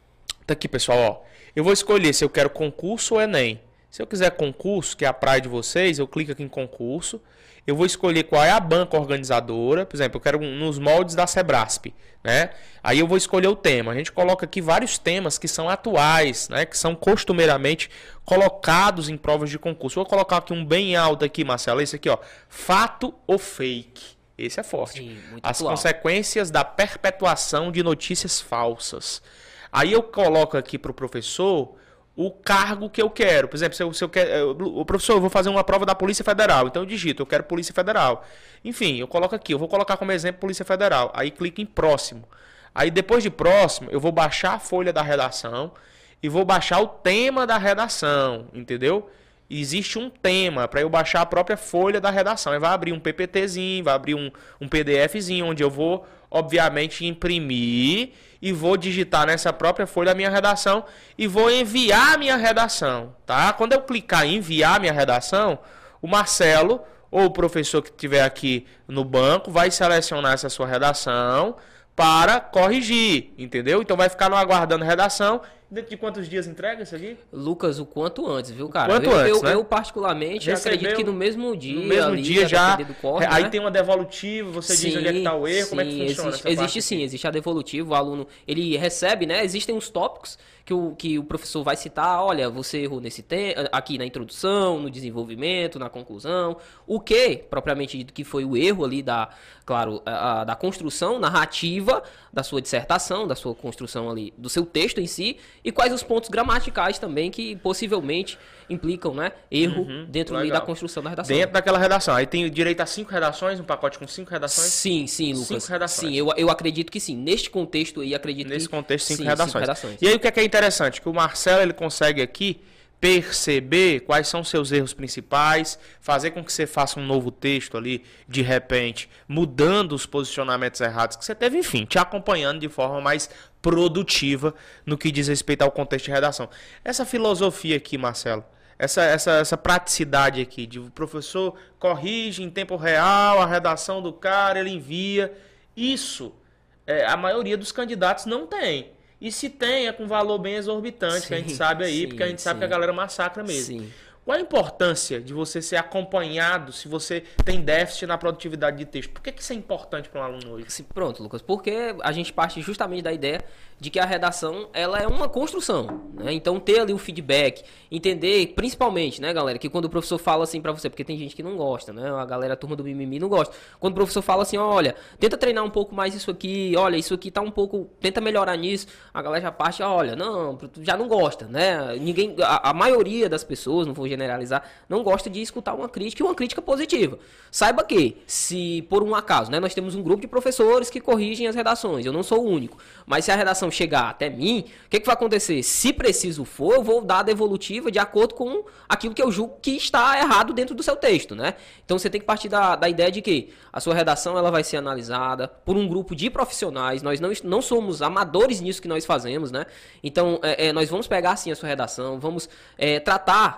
[SPEAKER 1] Tá aqui, pessoal, ó. Eu vou escolher se eu quero concurso ou Enem. Se eu quiser concurso, que é a praia de vocês, eu clico aqui em concurso. Eu vou escolher qual é a banca organizadora. Por exemplo, eu quero nos moldes da Sebrasp, né? Aí eu vou escolher o tema. A gente coloca aqui vários temas que são atuais, né? Que são costumeiramente colocados em provas de concurso. Vou colocar aqui um bem alto aqui, Marcelo. Esse aqui, ó. Fato ou fake? Esse é forte. Sim, muito As atual. Consequências da perpetuação de notícias falsas. Aí eu coloco aqui para o professor o cargo que eu quero. Por exemplo, se eu, se eu quero, o professor, eu vou fazer uma prova da Polícia Federal, então eu digito, eu quero Polícia Federal. Enfim, eu coloco aqui, eu vou colocar como exemplo Polícia Federal. Aí clico em próximo. Aí depois de próximo, eu vou baixar a folha da redação e vou baixar o tema da redação, entendeu? Existe um tema para eu baixar a própria folha da redação. Aí vai abrir um PPTzinho, vai abrir um, um PDFzinho, onde eu vou, obviamente, imprimir e vou digitar nessa própria folha a minha redação e vou enviar a minha redação, tá? Quando eu clicar em enviar a minha redação, o Marcelo ou o professor que estiver aqui no banco vai selecionar essa sua redação para corrigir, entendeu? Então vai ficar no aguardando redação. Dentro de quantos dias entrega isso aqui?
[SPEAKER 2] Lucas, o quanto antes, viu, cara?
[SPEAKER 1] Quanto
[SPEAKER 2] eu,
[SPEAKER 1] antes,
[SPEAKER 2] eu,
[SPEAKER 1] né?
[SPEAKER 2] eu particularmente
[SPEAKER 1] Recebeu,
[SPEAKER 2] acredito que no mesmo dia,
[SPEAKER 1] no mesmo
[SPEAKER 2] ali,
[SPEAKER 1] dia já,
[SPEAKER 2] corte,
[SPEAKER 1] aí
[SPEAKER 2] né?
[SPEAKER 1] tem uma devolutiva, você
[SPEAKER 2] sim,
[SPEAKER 1] diz onde é que está o erro,
[SPEAKER 2] sim,
[SPEAKER 1] como é que funciona
[SPEAKER 2] existe,
[SPEAKER 1] essa
[SPEAKER 2] existe sim, existe a devolutiva, o aluno, ele recebe, né? Existem uns tópicos que o, que o professor vai citar, olha, você errou nesse tema, aqui na introdução, no desenvolvimento, na conclusão, o que, propriamente dito, que foi o erro ali da, claro, a, a, da construção narrativa da sua dissertação, da sua construção ali, do seu texto em si, e quais os pontos gramaticais também que possivelmente implicam, né, erro uhum, dentro ali da construção da redação.
[SPEAKER 1] Dentro daquela redação. Aí tem direito a cinco redações, um pacote com cinco redações?
[SPEAKER 2] Sim, sim, Lucas.
[SPEAKER 1] Cinco redações.
[SPEAKER 2] Sim, eu, eu acredito que sim. Neste contexto aí, acredito
[SPEAKER 1] Nesse
[SPEAKER 2] que...
[SPEAKER 1] Nesse contexto, cinco,
[SPEAKER 2] sim,
[SPEAKER 1] redações.
[SPEAKER 2] cinco redações.
[SPEAKER 1] E aí o que é, que é interessante? Que o Marcelo, ele consegue aqui perceber quais são seus erros principais, fazer com que você faça um novo texto ali, de repente, mudando os posicionamentos errados que você teve, enfim, te acompanhando de forma mais produtiva no que diz respeito ao contexto de redação. Essa filosofia aqui, Marcelo, essa, essa, essa praticidade aqui, de o professor corrige em tempo real a redação do cara, ele envia, isso é, a maioria dos candidatos não tem. E se tem, é com valor bem exorbitante, sim, que a gente sabe aí, sim, porque a gente sim. sabe que a galera massacra mesmo. Sim. Qual a importância de você ser acompanhado se você tem déficit na produtividade de texto? Por que isso é importante para um aluno hoje?
[SPEAKER 2] Sim, pronto, Lucas. Porque a gente parte justamente da ideia de que a redação ela é uma construção, né? Então ter ali o feedback, entender principalmente, né, galera, que quando o professor fala assim para você, porque tem gente que não gosta, né? A galera, a turma do mimimi não gosta. Quando o professor fala assim, olha, tenta treinar um pouco mais isso aqui, olha, isso aqui tá um pouco, tenta melhorar nisso, a galera já parte, olha, não, já não gosta, né? Ninguém, a, a maioria das pessoas, não vou generalizar, não gosta de escutar uma crítica e uma crítica positiva. Saiba que, se por um acaso, né, nós temos um grupo de professores que corrigem as redações, eu não sou o único, mas se a redação chegar até mim, o que, que vai acontecer? Se preciso for, eu vou dar a devolutiva de acordo com aquilo que eu julgo que está errado dentro do seu texto, né? Então você tem que partir da, da ideia de que a sua redação ela vai ser analisada por um grupo de profissionais, nós não, não somos amadores nisso que nós fazemos, né? Então é, é, nós vamos pegar assim a sua redação, vamos é, tratar a sua redação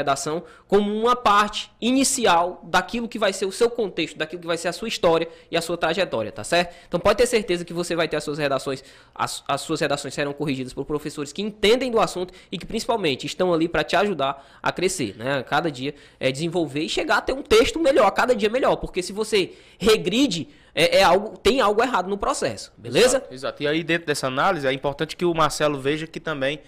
[SPEAKER 2] redação como uma parte inicial daquilo que vai ser o seu contexto, daquilo que vai ser a sua história e a sua trajetória, tá certo? Então pode ter certeza que você vai ter as suas redações, as, as suas redações serão corrigidas por professores que entendem do assunto e que principalmente estão ali para te ajudar a crescer, né? A cada dia é, desenvolver e chegar a ter um texto melhor, a cada dia melhor, porque se você regride, é, é algo, tem algo errado no processo, beleza?
[SPEAKER 1] Exato, exato. E aí dentro dessa análise é importante que o Marcelo veja que também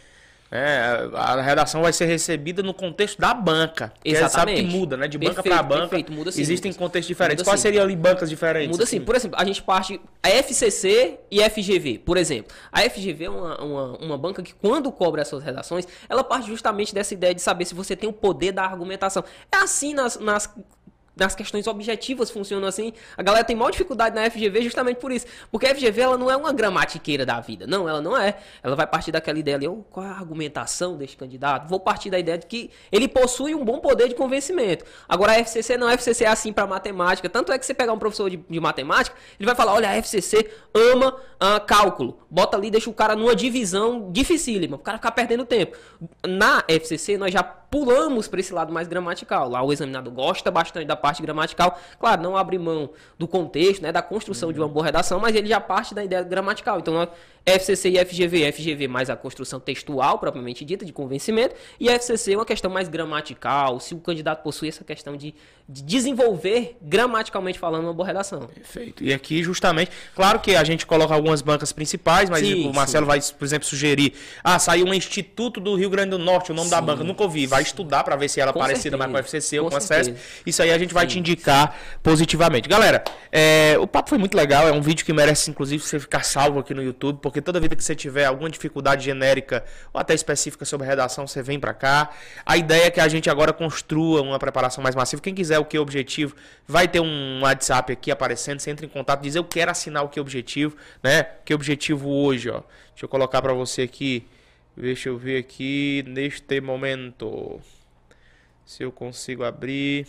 [SPEAKER 1] É, a redação vai ser recebida no contexto da banca.
[SPEAKER 2] Exatamente.
[SPEAKER 1] Sabe que muda, né? De banca
[SPEAKER 2] Perfeito,
[SPEAKER 1] para banca.
[SPEAKER 2] perfeito. Muda sim,
[SPEAKER 1] existem
[SPEAKER 2] muda
[SPEAKER 1] contextos diferentes.
[SPEAKER 2] muda
[SPEAKER 1] Quais
[SPEAKER 2] sim.
[SPEAKER 1] seriam ali bancas diferentes?
[SPEAKER 2] Muda assim. Por exemplo, a gente parte a F C C e F G V, por exemplo. A F G V é uma, uma, uma banca que, quando cobra as suas redações, ela parte justamente dessa ideia de saber se você tem o poder da argumentação. É assim nas... nas nas questões objetivas funcionam assim. A galera tem maior dificuldade na F G V justamente por isso. Porque a F G V ela não é uma gramatiqueira da vida. Não, ela não é. Ela vai partir daquela ideia ali, oh, qual é a argumentação desse candidato? Vou partir da ideia de que ele possui um bom poder de convencimento. Agora a F C C não, a F C C é assim para matemática. Tanto é que você pegar um professor de, de matemática, ele vai falar, olha, a F C C ama uh, cálculo. Bota ali, deixa o cara numa divisão dificílima. O cara ficar perdendo tempo. Na F C C nós já pulamos para esse lado mais gramatical. Lá o examinador gosta bastante da parte gramatical. Claro, não abre mão do contexto, né, da construção uhum. de uma boa redação, mas ele já parte da ideia gramatical. Então, F C C e F G V, F G V mais a construção textual, propriamente dita, de convencimento, e a F C C é uma questão mais gramatical, se o candidato possui essa questão de, de desenvolver, gramaticalmente falando, uma boa redação.
[SPEAKER 1] Perfeito. E aqui, justamente, claro que a gente coloca algumas bancas principais, mas sim, o Marcelo sim. vai, por exemplo, sugerir, ah, saiu um Instituto do Rio Grande do Norte, o nome sim, da banca, nunca ouvi, vai estudar para ver se ela é parecida mais com a F C C ou com a SESC. Isso aí a gente vai sim, te indicar sim. positivamente. Galera, é, o papo foi muito legal, é um vídeo que merece, inclusive, você ficar salvo aqui no YouTube, porque toda vida que você tiver alguma dificuldade genérica ou até específica sobre redação, você vem para cá. A ideia é que a gente agora construa uma preparação mais massiva. Quem quiser o Que Objetivo, vai ter um WhatsApp aqui aparecendo, você entra em contato, diz eu quero assinar o Que Objetivo, né? Que Objetivo hoje, ó. Deixa eu colocar para você aqui. Deixa eu ver aqui neste momento se eu consigo abrir.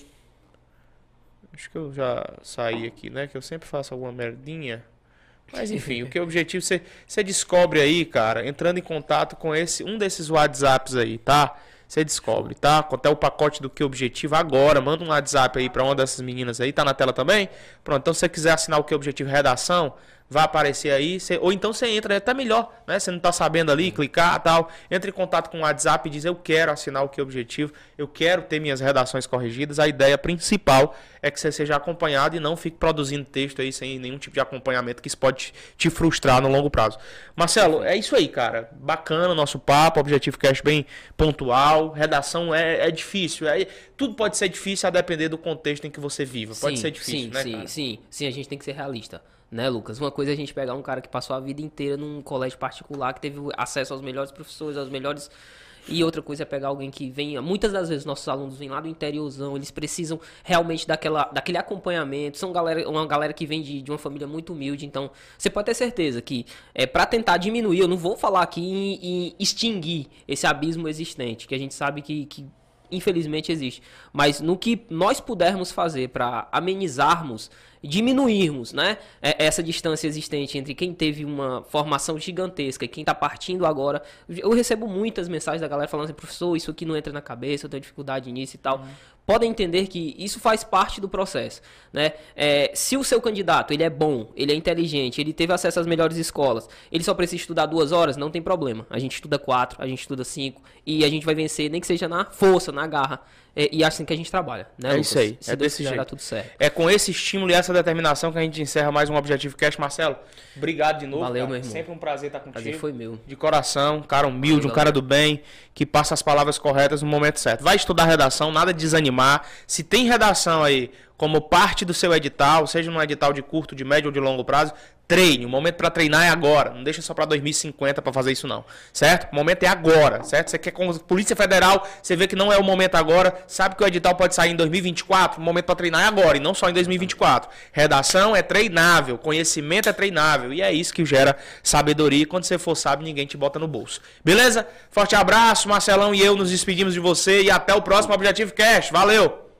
[SPEAKER 1] Acho que eu já saí aqui, né? Que eu sempre faço alguma merdinha. Mas enfim, o que é o objetivo, você, você descobre aí, cara, entrando em contato com esse um desses WhatsApps aí, tá? Você descobre, tá? Até o pacote do Que Objetivo agora, manda um WhatsApp aí pra uma dessas meninas aí, tá na tela também? Pronto, então se você quiser assinar o Que Objetivo Redação, vai aparecer aí, você, ou então você entra, é até melhor, né? Você não tá sabendo ali, clicar e tal, entra em contato com o WhatsApp e diz eu quero assinar o Que Objetivo, eu quero ter minhas redações corrigidas. A ideia principal é que você seja acompanhado e não fique produzindo texto aí sem nenhum tipo de acompanhamento, que isso pode te frustrar no longo prazo. Marcelo, é isso aí, cara, bacana o nosso papo, Objetivo Cast bem pontual, redação é, é difícil, é, tudo pode ser difícil a depender do contexto em que você viva, pode
[SPEAKER 2] sim,
[SPEAKER 1] ser difícil,
[SPEAKER 2] sim,
[SPEAKER 1] né,
[SPEAKER 2] sim,
[SPEAKER 1] cara?
[SPEAKER 2] Sim, sim, a gente tem que ser realista. Né, Lucas? Uma coisa é a gente pegar um cara que passou a vida inteira num colégio particular, que teve acesso aos melhores professores, aos melhores... E outra coisa é pegar alguém que vem... Muitas das vezes nossos alunos vêm lá do interiorzão, eles precisam realmente daquela, daquele acompanhamento. São galera, uma galera que vem de, de uma família muito humilde. Então, você pode ter certeza que é para tentar diminuir, eu não vou falar aqui em, em extinguir esse abismo existente, que a gente sabe que... que infelizmente existe, mas no que nós pudermos fazer para amenizarmos, diminuirmos, né, essa distância existente entre quem teve uma formação gigantesca e quem está partindo agora. Eu recebo muitas mensagens da galera falando assim, professor, isso aqui não entra na cabeça, eu tenho dificuldade nisso e tal. Uhum. Podem entender que isso faz parte do processo, né? É, se o seu candidato ele é bom, ele é inteligente, ele teve acesso às melhores escolas, ele só precisa estudar duas horas, não tem problema. A gente estuda quatro, a gente estuda cinco e a gente vai vencer, nem que seja na força, na garra. É, e é assim que a gente trabalha, né,
[SPEAKER 1] É
[SPEAKER 2] Lucas?
[SPEAKER 1] isso aí,
[SPEAKER 2] Se
[SPEAKER 1] é
[SPEAKER 2] Deus
[SPEAKER 1] desse
[SPEAKER 2] quiser,
[SPEAKER 1] jeito.
[SPEAKER 2] dá tudo certo.
[SPEAKER 1] É com esse estímulo e essa determinação que a gente encerra mais um Objetivo Cast. Marcelo, obrigado de novo.
[SPEAKER 2] Valeu,
[SPEAKER 1] cara.
[SPEAKER 2] meu irmão.
[SPEAKER 1] Sempre um prazer estar contigo.
[SPEAKER 2] Prazer foi meu.
[SPEAKER 1] De coração, um cara humilde,
[SPEAKER 2] Valeu,
[SPEAKER 1] um cara do bem, que passa as palavras corretas no momento certo. Vai estudar redação, nada de desanimar. Se tem redação aí como parte do seu edital, seja num edital de curto, de médio ou de longo prazo, treine. O momento para treinar é agora. Não deixa só para dois mil e cinquenta para fazer isso não, certo? O momento é agora, certo? Você quer com a Polícia Federal, você vê que não é o momento agora, sabe que o edital pode sair em dois mil e vinte e quatro, o momento para treinar é agora e não só em dois mil e vinte e quatro. Redação é treinável, conhecimento é treinável e é isso que gera sabedoria. E quando você for sábio, ninguém te bota no bolso. Beleza? Forte abraço, Marcelão e eu nos despedimos de você e até o próximo Objetivo Cast. Valeu!